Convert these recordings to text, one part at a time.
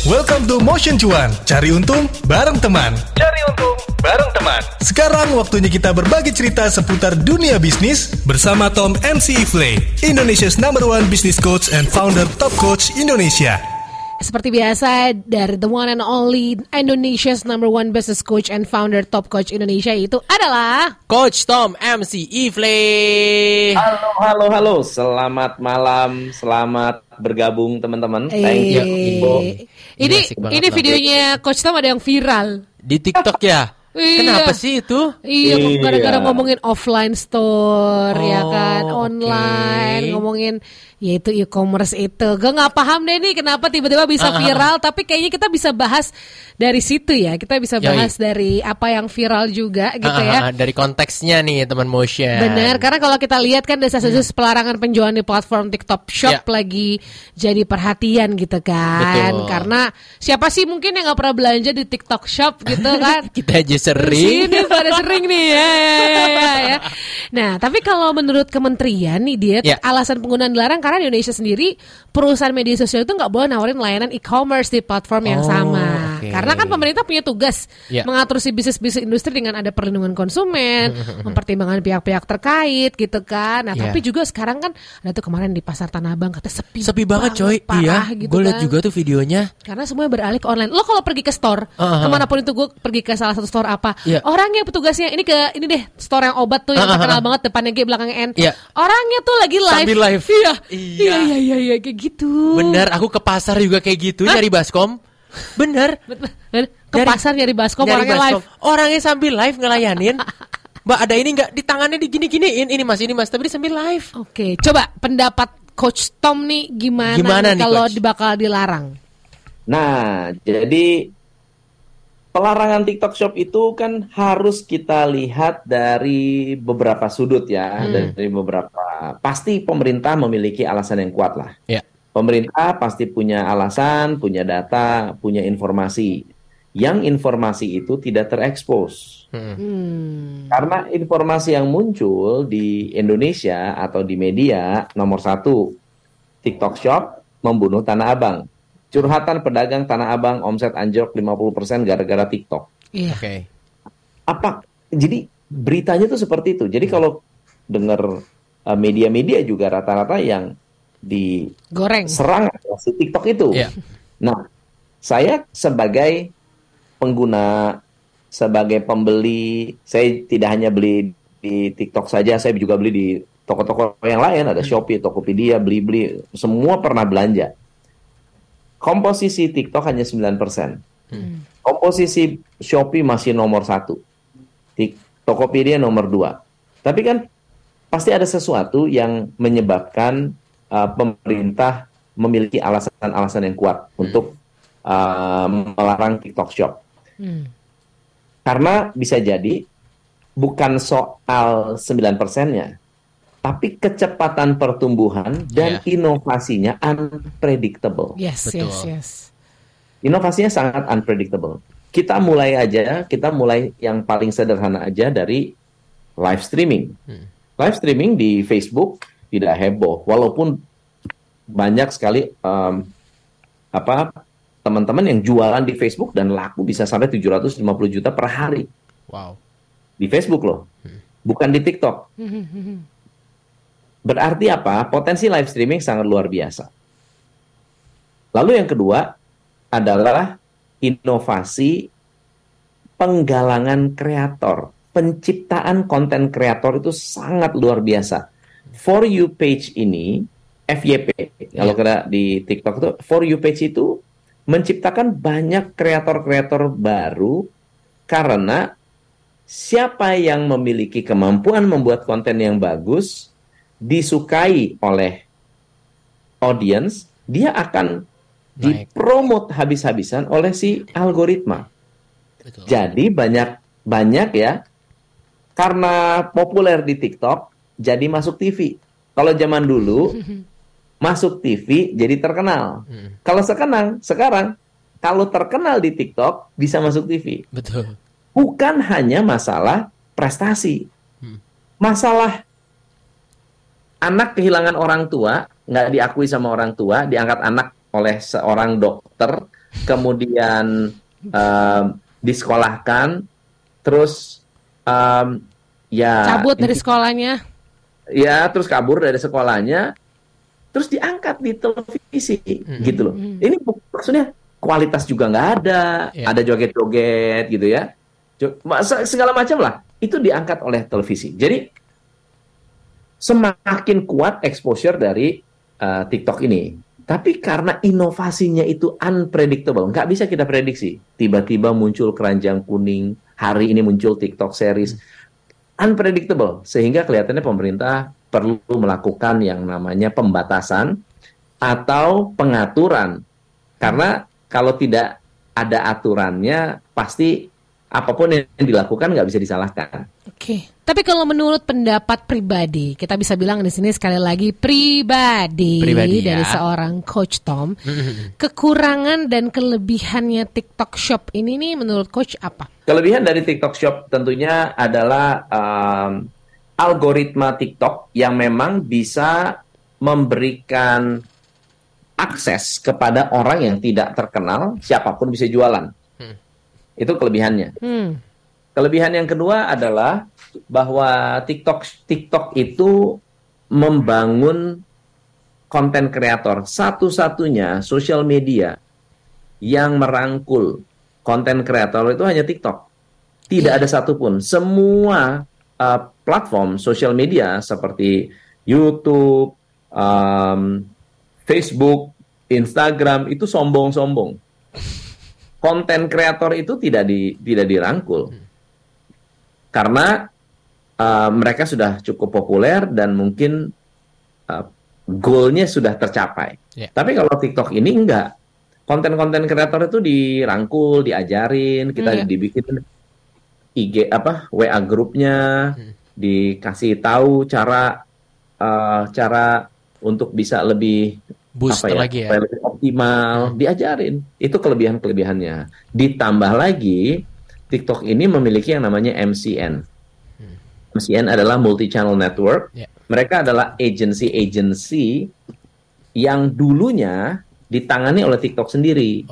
Welcome to Motion Cuan. Cari untung bareng teman. Sekarang waktunya kita berbagi cerita seputar dunia bisnis bersama Tom MC Ifle, Indonesia's #1 business coach and founder Top Coach Indonesia. Seperti biasa, dari the one and only Indonesia's #1 business coach and founder Top Coach Indonesia, itu adalah Coach Tom MC Ifle. Halo. Selamat malam, selamat bergabung teman-teman. Thank you, Ibu. Ini videonya Coach Tom ada yang viral Di TikTok ya? Iya. Kenapa sih itu? Iya, gara-gara ngomongin offline store, ya kan, online, ngomongin yaitu e-commerce itu. Gue nggak paham deh nih kenapa tiba-tiba bisa viral, tapi kayaknya kita bisa bahas dari situ ya. Kita bisa bahas dari apa yang viral juga gitu ya. Dari konteksnya nih teman Motion. Benar, karena kalau kita lihat kan desas-desus pelarangan penjualan di platform TikTok Shop lagi jadi perhatian gitu kan. Betul. Karena siapa sih mungkin yang nggak pernah belanja di TikTok Shop gitu kan? Kita aja sering. Ini pada sering nih ya. Nah, tapi kalau menurut kementerian nih dia alasan penggunaan dilarang karena di Indonesia sendiri perusahaan media sosial itu nggak boleh nawarin layanan e-commerce di platform yang sama. Karena kan pemerintah punya tugas mengatur si bisnis-bisnis industri dengan ada perlindungan konsumen, mempertimbangkan pihak-pihak terkait gitu kan. Nah, tapi juga sekarang kan ada tuh kemarin di pasar Tanah Abang kata sepi banget coy. Parah, Iya, gitu gue lihat kan. juga tuh videonya. Karena semuanya beralih ke online. Lo kalau pergi ke store, kemanapun itu, gue pergi ke salah satu store apa, orangnya petugasnya ini deh store yang obat tuh yang terkenal banget, depannya G belakangnya N. Orangnya tuh lagi live. Sambil live. Iya kayak gitu. Bener, aku ke pasar juga kayak gitu nyari baskom. Bener. Ke pasar nyari baskom orangnya live. Orangnya sambil live ngelayanin. Mbak ada ini nggak di tangannya digini-giniin. Ini mas tapi dia sambil live. Oke, coba pendapat Coach Tom nih gimana nih, kalau bakal dilarang? Nah, jadi pelarangan TikTok Shop itu kan harus kita lihat dari beberapa sudut ya, dari beberapa. Pasti pemerintah memiliki alasan yang kuat lah. Pemerintah pasti punya alasan, punya data, punya informasi. Yang informasi itu tidak terekspos. Karena informasi yang muncul di Indonesia atau di media, nomor 1, TikTok Shop membunuh Tanah Abang. Curhatan pedagang Tanah Abang omset anjlok 50% gara-gara TikTok. Jadi beritanya tuh seperti itu. Jadi kalau dengar media-media juga rata-rata yang diserang si TikTok itu. Nah, saya sebagai pengguna, sebagai pembeli, saya tidak hanya beli di TikTok saja, saya juga beli di toko-toko yang lain, ada Shopee, Tokopedia, Blibli, semua pernah belanja. Komposisi TikTok hanya 9%. Komposisi Shopee masih nomor 1. Tokopedia nomor 2. Tapi kan pasti ada sesuatu yang menyebabkan pemerintah memiliki alasan-alasan yang kuat untuk melarang TikTok Shop. Karena bisa jadi bukan soal 9%-nya, tapi kecepatan pertumbuhan dan inovasinya unpredictable. Yes. Inovasinya sangat unpredictable. Kita mulai yang paling sederhana aja dari live streaming. Live streaming di Facebook tidak heboh, walaupun banyak sekali teman-teman yang jualan di Facebook dan laku bisa sampai 750 juta per hari. Wow. Di Facebook loh, bukan di TikTok. Berarti apa? Potensi live streaming sangat luar biasa. Lalu yang kedua adalah inovasi penggalangan kreator. Penciptaan konten kreator itu sangat luar biasa. For You page ini, FYP, kalau kena di TikTok itu, For You page itu menciptakan banyak kreator-kreator baru karena siapa yang memiliki kemampuan membuat konten yang bagus, disukai oleh audience, dia akan dipromot habis-habisan oleh si algoritma. Betul. Jadi banyak ya, karena populer di TikTok, jadi masuk TV. Kalau zaman dulu, masuk TV jadi terkenal. Kalau sekarang, kalau terkenal di TikTok, bisa masuk TV. Betul. Bukan hanya masalah prestasi. Masalah anak kehilangan orang tua, nggak diakui sama orang tua, diangkat anak oleh seorang dokter, kemudian disekolahkan, terus cabut dari sekolahnya, terus kabur dari sekolahnya, terus diangkat di televisi, gitu loh. Ini maksudnya kualitas juga nggak ada, ada joget-joget gitu ya, segala macam lah, itu diangkat oleh televisi. Jadi semakin kuat exposure dari TikTok ini. Tapi karena inovasinya itu unpredictable, nggak bisa kita prediksi. Tiba-tiba muncul keranjang kuning, hari ini muncul TikTok series. Unpredictable, sehingga kelihatannya pemerintah perlu melakukan yang namanya pembatasan atau pengaturan. Karena kalau tidak ada aturannya, pasti apapun yang dilakukan nggak bisa disalahkan. Oke. Tapi kalau menurut pendapat pribadi, kita bisa bilang di sini sekali lagi pribadi dari seorang Coach Tom, kekurangan dan kelebihannya TikTok Shop ini nih menurut Coach apa? Kelebihan dari TikTok Shop tentunya adalah algoritma TikTok yang memang bisa memberikan akses kepada orang yang tidak terkenal, siapapun bisa jualan. Itu kelebihannya. Kelebihan yang kedua adalah bahwa TikTok itu membangun konten kreator. Satu-satunya sosial media yang merangkul konten kreator itu hanya TikTok. Tidak ada satupun. Semua platform sosial media seperti YouTube, Facebook, Instagram itu sombong-sombong. Konten kreator itu tidak dirangkul. Karena mereka sudah cukup populer dan mungkin goalnya sudah tercapai. Tapi kalau TikTok ini enggak. Konten-konten kreator itu dirangkul, diajarin, kita dibikin WA grupnya, dikasih tahu cara untuk bisa lebih lebih optimal, diajarin. Itu kelebihannya. Ditambah lagi TikTok ini memiliki yang namanya MCN. MCN adalah multi-channel network. Mereka adalah agency yang dulunya ditangani oleh TikTok sendiri.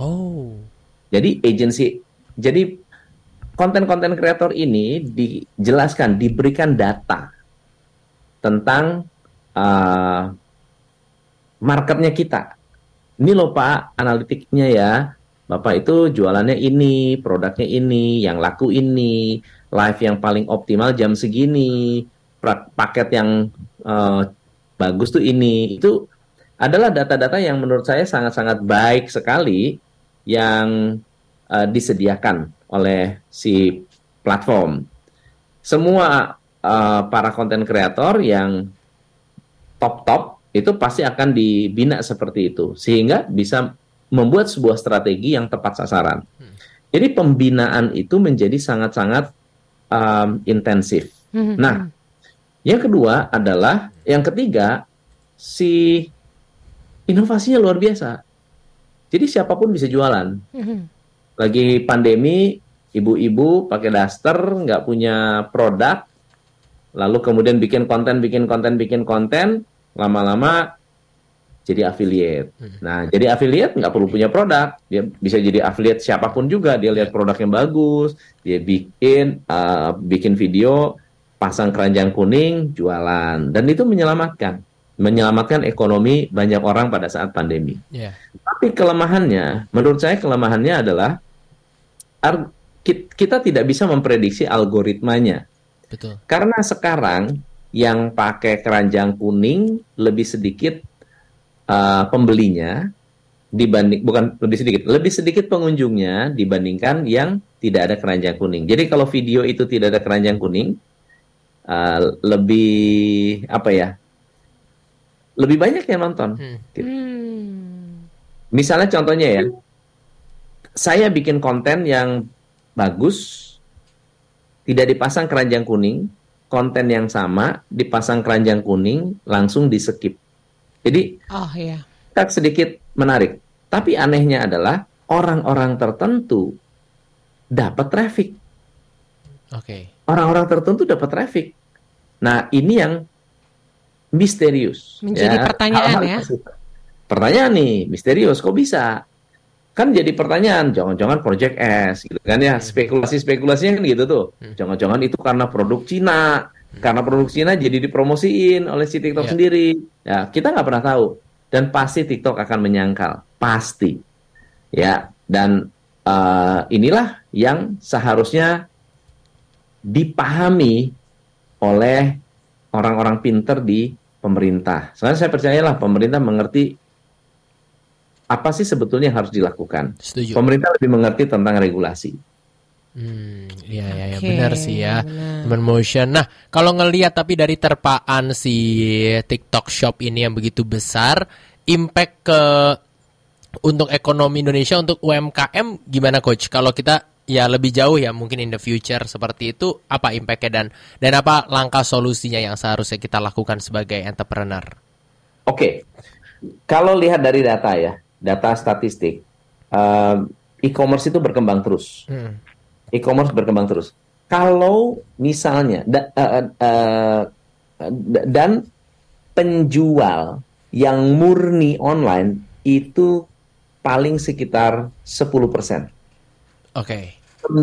Jadi konten-konten kreator ini dijelaskan, diberikan data tentang marketnya kita. Ini loh Pak, analitiknya ya. Bapak itu jualannya ini, produknya ini, yang laku ini, live yang paling optimal jam segini, paket yang bagus tuh ini. Itu adalah data-data yang menurut saya sangat-sangat baik sekali yang disediakan oleh si platform. Semua para konten kreator yang top itu pasti akan dibina seperti itu, sehingga bisa membuat sebuah strategi yang tepat sasaran. Jadi pembinaan itu menjadi sangat-sangat intensif. Nah, yang kedua adalah, yang ketiga, si inovasinya luar biasa. Jadi siapapun bisa jualan. Lagi pandemi, ibu-ibu pakai daster, nggak punya produk, lalu kemudian bikin konten, lama-lama jadi affiliate. Nah, jadi affiliate nggak perlu punya produk. Dia bisa jadi affiliate siapapun juga. Dia lihat produk yang bagus, dia bikin video, pasang keranjang kuning, jualan. Dan itu menyelamatkan ekonomi banyak orang pada saat pandemi. Tapi kelemahannya, menurut saya kelemahannya adalah kita tidak bisa memprediksi algoritmanya. Betul. Karena sekarang yang pakai keranjang kuning lebih sedikit pembelinya lebih sedikit pengunjungnya dibandingkan yang tidak ada keranjang kuning. Jadi kalau video itu tidak ada keranjang kuning, lebih banyak yang nonton. Misalnya contohnya ya, saya bikin konten yang bagus, tidak dipasang keranjang kuning, konten yang sama dipasang keranjang kuning, langsung di-skip. Jadi tak sedikit menarik. Tapi anehnya adalah orang-orang tertentu dapat traffic. Orang-orang tertentu dapat traffic. Nah, ini yang misterius. Menjadi pertanyaan ya. Pertanyaan nih, misterius. Kok bisa? Kan jadi pertanyaan, jangan-jangan Project S gitu kan ya, spekulasinya kan gitu tuh. Jangan-jangan itu karena produk Cina, karena produk Cina jadi dipromosiin oleh si TikTok sendiri. Ya, kita nggak pernah tahu. Dan pasti TikTok akan menyangkal, pasti. Ya, dan inilah yang seharusnya dipahami oleh orang-orang pinter di pemerintah. Soalnya saya percayalah pemerintah mengerti apa sih sebetulnya yang harus dilakukan. Setuju. Pemerintah lebih mengerti tentang regulasi. Iya, benar sih ya. Teman Motion. Nah, kalau ngelihat tapi dari terpaan si TikTok Shop ini yang begitu besar, impact untuk ekonomi Indonesia, untuk UMKM gimana Coach? Kalau kita ya lebih jauh ya mungkin in the future seperti itu, apa impact-nya dan apa langkah solusinya yang seharusnya kita lakukan sebagai entrepreneur? Oke. Kalau lihat dari data statistik, e-commerce itu berkembang terus. E-commerce berkembang terus. Kalau misalnya dan penjual yang murni online itu paling sekitar 10%. Oke.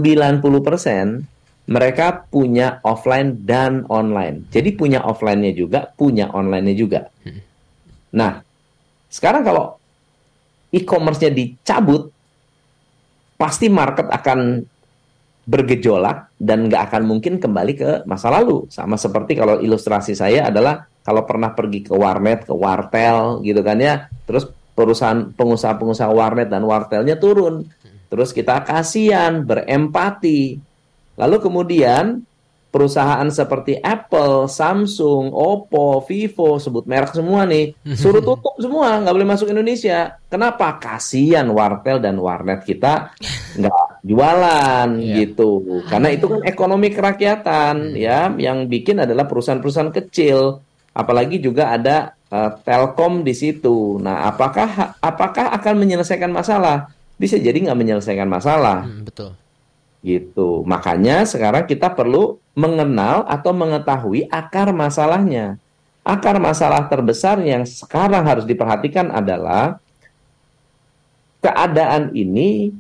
90% mereka punya offline dan online. Jadi punya offline-nya juga, punya online-nya juga. Nah, sekarang kalau e-commerce-nya dicabut, pasti market akan bergejolak dan nggak akan mungkin kembali ke masa lalu. Sama seperti kalau ilustrasi saya adalah kalau pernah pergi ke warnet, ke wartel gitu kan ya, terus pengusaha-pengusaha warnet dan wartelnya turun. Terus kita kasihan, berempati. Lalu kemudian perusahaan seperti Apple, Samsung, Oppo, Vivo, sebut merek semua nih, suruh tutup semua, nggak boleh masuk Indonesia. Kenapa? Kasian wartel dan warnet kita nggak jualan gitu. Karena itu kan ekonomi kerakyatan, ya, yang bikin adalah perusahaan-perusahaan kecil. Apalagi juga ada Telkom di situ. Nah, apakah akan menyelesaikan masalah? Bisa jadi nggak menyelesaikan masalah. Betul. Gitu. Makanya sekarang kita perlu mengenal atau mengetahui akar masalahnya. Akar masalah terbesar yang sekarang harus diperhatikan adalah keadaan ini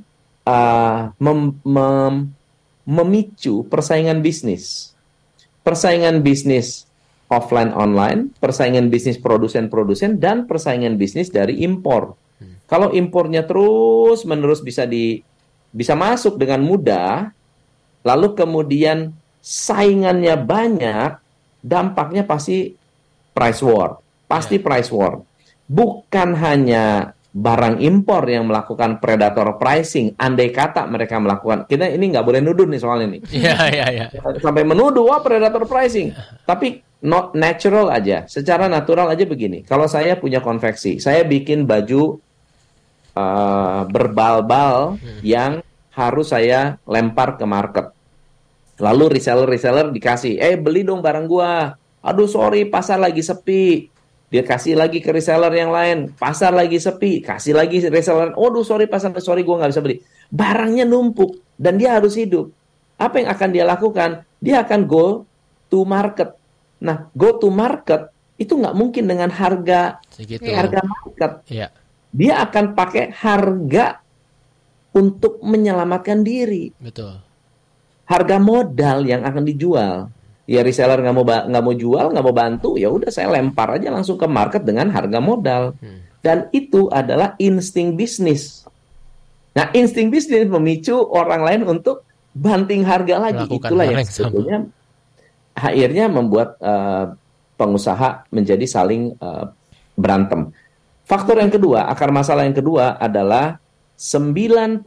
memicu persaingan bisnis. Persaingan bisnis offline online, persaingan bisnis produsen-produsen, dan persaingan bisnis dari impor. Kalau impornya terus-menerus bisa masuk dengan mudah, lalu kemudian saingannya banyak, dampaknya pasti price war. Pasti price war. Bukan hanya barang impor yang melakukan predator pricing, andai kata mereka melakukan, kita ini nggak boleh nuduh nih soal ini. Iya. Sampai menuduh, wah predator pricing. Tapi not natural aja, secara natural aja begini. Kalau saya punya konveksi, saya bikin baju berbal-bal yang harus saya lempar ke market. Lalu reseller dikasih, beli dong barang gua. Aduh sorry, pasar lagi sepi. Dia kasih lagi ke reseller yang lain, pasar lagi sepi, kasih lagi reseller. Aduh sorry gua nggak bisa beli. Barangnya numpuk dan dia harus hidup. Apa yang akan dia lakukan? Dia akan go to market. Nah, go to market itu nggak mungkin dengan harga market. Iya. Dia akan pakai harga untuk menyelamatkan diri. Betul. Harga modal yang akan dijual. Ya reseller nggak mau jual, nggak mau bantu, ya udah saya lempar aja langsung ke market dengan harga modal. Dan itu adalah insting bisnis. Nah, insting bisnis memicu orang lain untuk banting harga lagi. Melakukan itulah yang sebetulnya akhirnya membuat pengusaha menjadi saling berantem. Faktor yang kedua, akar masalah yang kedua adalah 95%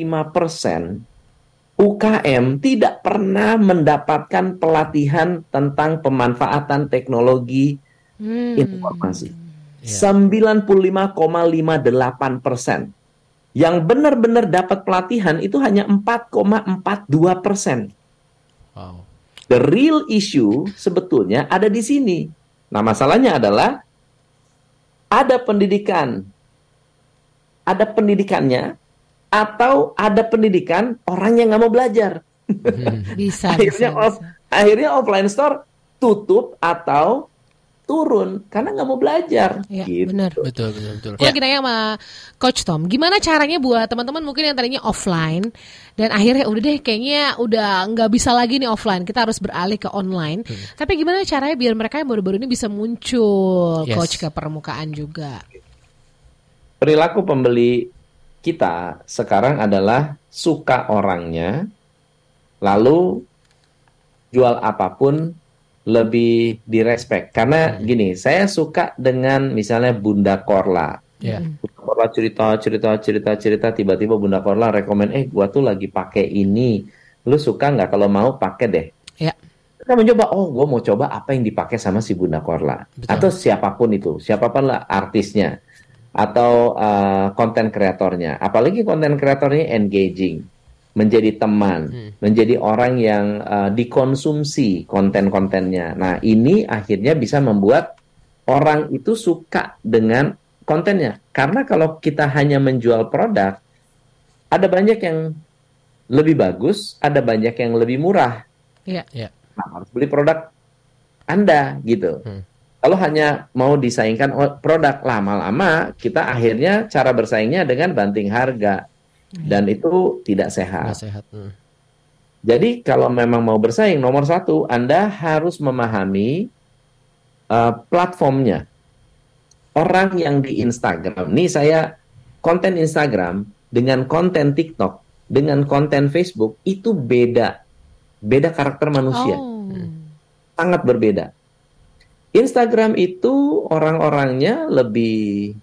UKM tidak pernah mendapatkan pelatihan tentang pemanfaatan teknologi informasi. 95,58%. Yang benar-benar dapat pelatihan itu hanya 4,42%. Wow. The real issue sebetulnya ada di sini. Nah, masalahnya adalah ada pendidikannya, atau ada pendidikan orang yang nggak mau belajar. Bisa. Akhirnya offline store tutup atau turun karena nggak mau belajar. Ya, gitu. Benar. Betul. Gue lagi nanya sama Coach Tom, gimana caranya buat teman-teman mungkin yang tadinya offline dan akhirnya udah deh kayaknya udah nggak bisa lagi nih offline, kita harus beralih ke online. Tapi gimana caranya biar mereka yang baru-baru ini bisa muncul, Coach, ke permukaan juga? Perilaku pembeli kita sekarang adalah suka orangnya, lalu jual apapun lebih direspek. Karena gini, saya suka dengan misalnya Bunda Korla. Bunda Korla cerita, tiba-tiba Bunda Korla rekomen, gua tuh lagi pakai ini. Lu suka nggak? Kalau mau pakai deh. Kita mencoba, gua mau coba apa yang dipakai sama si Bunda Korla. Betul. Atau siapapun itu, siapapun lah artisnya. Atau konten kreatornya. Apalagi konten kreatornya engaging. Menjadi teman, menjadi orang yang dikonsumsi konten-kontennya. Nah, ini akhirnya bisa membuat orang itu suka dengan kontennya. Karena kalau kita hanya menjual produk, ada banyak yang lebih bagus, ada banyak yang lebih murah. Iya. Nah, harus beli produk Anda, gitu. Kalau hanya mau disaingkan produk, lama-lama kita akhirnya cara bersaingnya dengan banting harga. Dan itu tidak sehat. Jadi kalau memang mau bersaing, nomor satu, Anda harus memahami platformnya. Orang yang di Instagram, nih saya konten Instagram dengan konten TikTok, dengan konten Facebook, itu beda karakter manusia. Sangat berbeda. Instagram itu orang-orangnya lebih,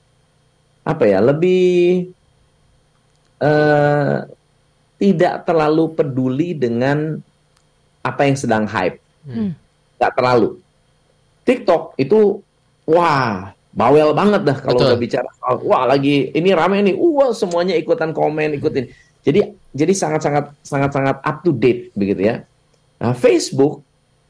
tidak terlalu peduli dengan apa yang sedang hype. Tidak terlalu. TikTok itu, bawel banget dah kalau udah bicara. Lagi ini rame nih. Semuanya ikutan komen, ikutin. Jadi sangat up to date begitu ya. Nah, Facebook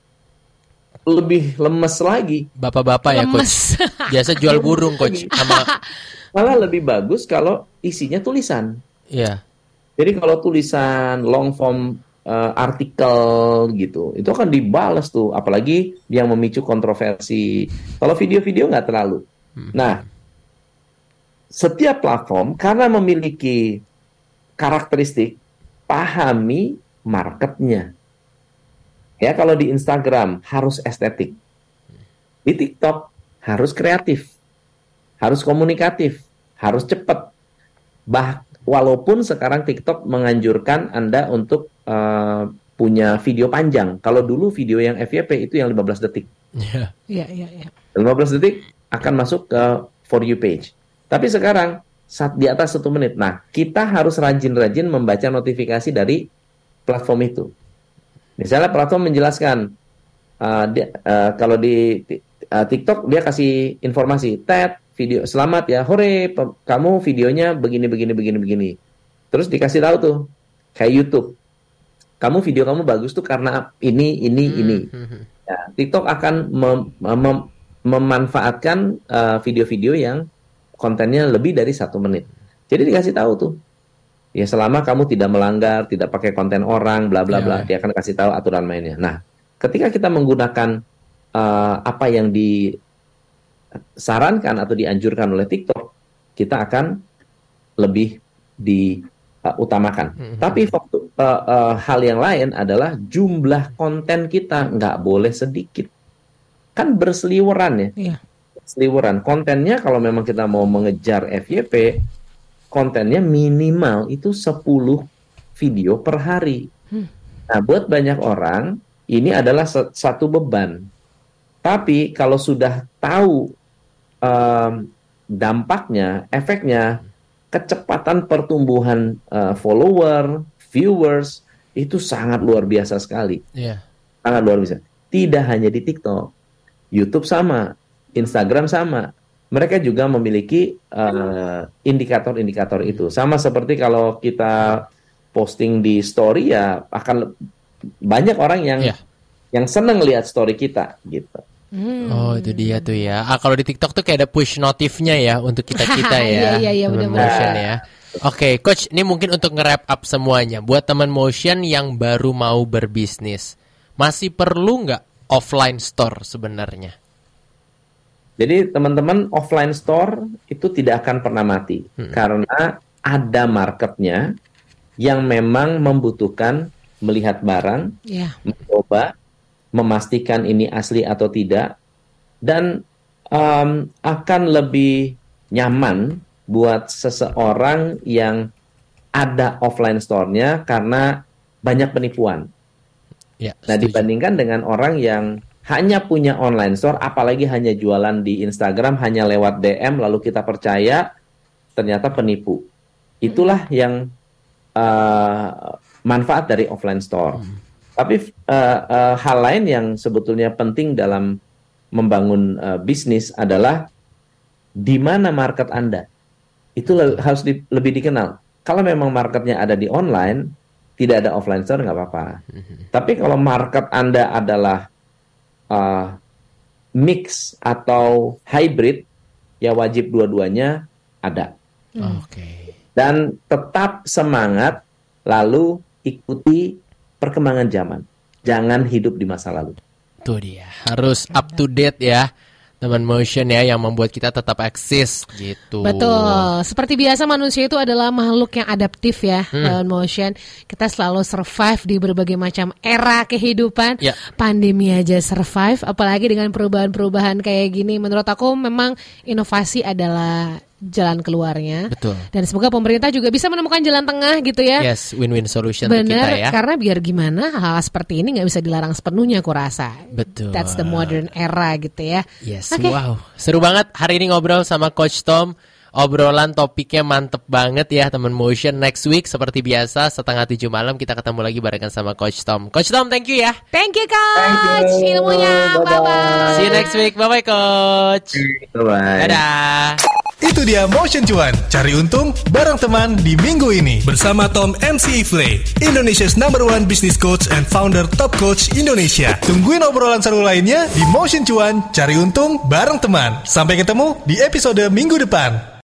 lebih lemes lagi. Bapak-bapak ya, Coach. Biasa jual burung, Coach. Malah lebih bagus kalau isinya tulisan. Iya. Jadi kalau tulisan long form artikel gitu, itu akan dibalas tuh, apalagi yang memicu kontroversi. Kalau video-video nggak terlalu. Nah, setiap platform karena memiliki karakteristik, pahami marketnya. Ya, kalau di Instagram harus estetik, di TikTok harus kreatif, harus komunikatif, harus cepat. Walaupun sekarang TikTok menganjurkan Anda untuk punya video panjang. Kalau dulu video yang FYP itu yang 15 detik. Iya. 15 detik akan masuk ke For You page. Tapi sekarang di atas 1 menit. Nah, kita harus rajin-rajin membaca notifikasi dari platform itu. Misalnya platform menjelaskan, kalau di TikTok dia kasih informasi, video selamat ya, hore, kamu videonya begini. Terus dikasih tahu tuh, kayak YouTube, video kamu bagus tuh karena ini. Ya, TikTok akan memanfaatkan video-video yang kontennya lebih dari 1 menit. Jadi dikasih tahu tuh, ya selama kamu tidak melanggar, tidak pakai konten orang, bla bla bla, dia akan kasih tahu aturan mainnya. Nah, ketika kita menggunakan apa yang disarankan atau dianjurkan oleh TikTok, kita akan lebih diutamakan. Tapi hal yang lain adalah jumlah konten kita nggak boleh sedikit. Kan berseliweran ya. Seliweran. Kontennya kalau memang kita mau mengejar FYP, kontennya minimal itu 10 video per hari. Nah, buat banyak orang, ini adalah satu beban. Tapi kalau sudah tahu dampaknya, efeknya, kecepatan pertumbuhan follower, viewers, itu sangat luar biasa sekali. Sangat luar biasa. Tidak hanya di TikTok, YouTube sama, Instagram sama. Mereka juga memiliki indikator-indikator itu. Sama seperti kalau kita posting di story, ya akan banyak orang yang senang lihat story kita gitu. Oh, itu dia tuh ya. Kalau di TikTok tuh kayak ada push notifnya ya untuk kita-kita ya. Iya, teman Motion ya. Oke, Coach, ini mungkin untuk nge-wrap up semuanya. Buat teman Motion yang baru mau berbisnis, masih perlu nggak offline store sebenarnya? Jadi teman-teman, offline store itu tidak akan pernah mati karena ada marketnya yang memang membutuhkan melihat barang, mencoba, memastikan ini asli atau tidak, dan akan lebih nyaman buat seseorang yang ada offline store-nya karena banyak penipuan. Nah, dibandingkan dengan orang yang hanya punya online store, apalagi hanya jualan di Instagram, hanya lewat DM, lalu kita percaya ternyata penipu. Itulah yang manfaat dari offline store. Tapi hal lain yang sebetulnya penting dalam membangun bisnis adalah di mana market Anda. Itu harus lebih dikenal. Kalau memang marketnya ada di online, tidak ada offline store, nggak apa-apa. Tapi kalau market Anda adalah mix atau hybrid, ya wajib dua-duanya ada. Dan tetap semangat, lalu ikuti perkembangan zaman. Jangan hidup di masa lalu. Itu dia, harus up to date ya. Teman Motion ya, yang membuat kita tetap eksis gitu. Betul. Seperti biasa manusia itu adalah makhluk yang adaptif ya, Teman Motion. Kita selalu survive di berbagai macam era kehidupan. Pandemi aja survive, apalagi dengan perubahan-perubahan kayak gini. Menurut aku memang inovasi adalah jalan keluarnya. Betul. Dan semoga pemerintah juga bisa menemukan jalan tengah gitu ya. Yes, win-win solution untuk kita ya. Karena biar gimana hal seperti ini nggak bisa dilarang sepenuhnya aku rasa. Betul. That's the modern era gitu ya. Yes, wow. Seru banget hari ini ngobrol sama Coach Tom. Obrolan topiknya mantep banget ya teman Motion. Next week seperti biasa 6:30 malam kita ketemu lagi barengan sama Coach Tom. Coach Tom, thank you ya. Thank you Coach. Ilmunya. Bye-bye. See you next week. Bye-bye Coach. Bye-bye. Dadah. Itu dia Motion Cuan, cari untung bareng teman di minggu ini. Bersama Tom MC Ifle, Indonesia's #1 business coach and founder Top Coach Indonesia. Tungguin obrolan seru lainnya di Motion Cuan, cari untung bareng teman. Sampai ketemu di episode minggu depan.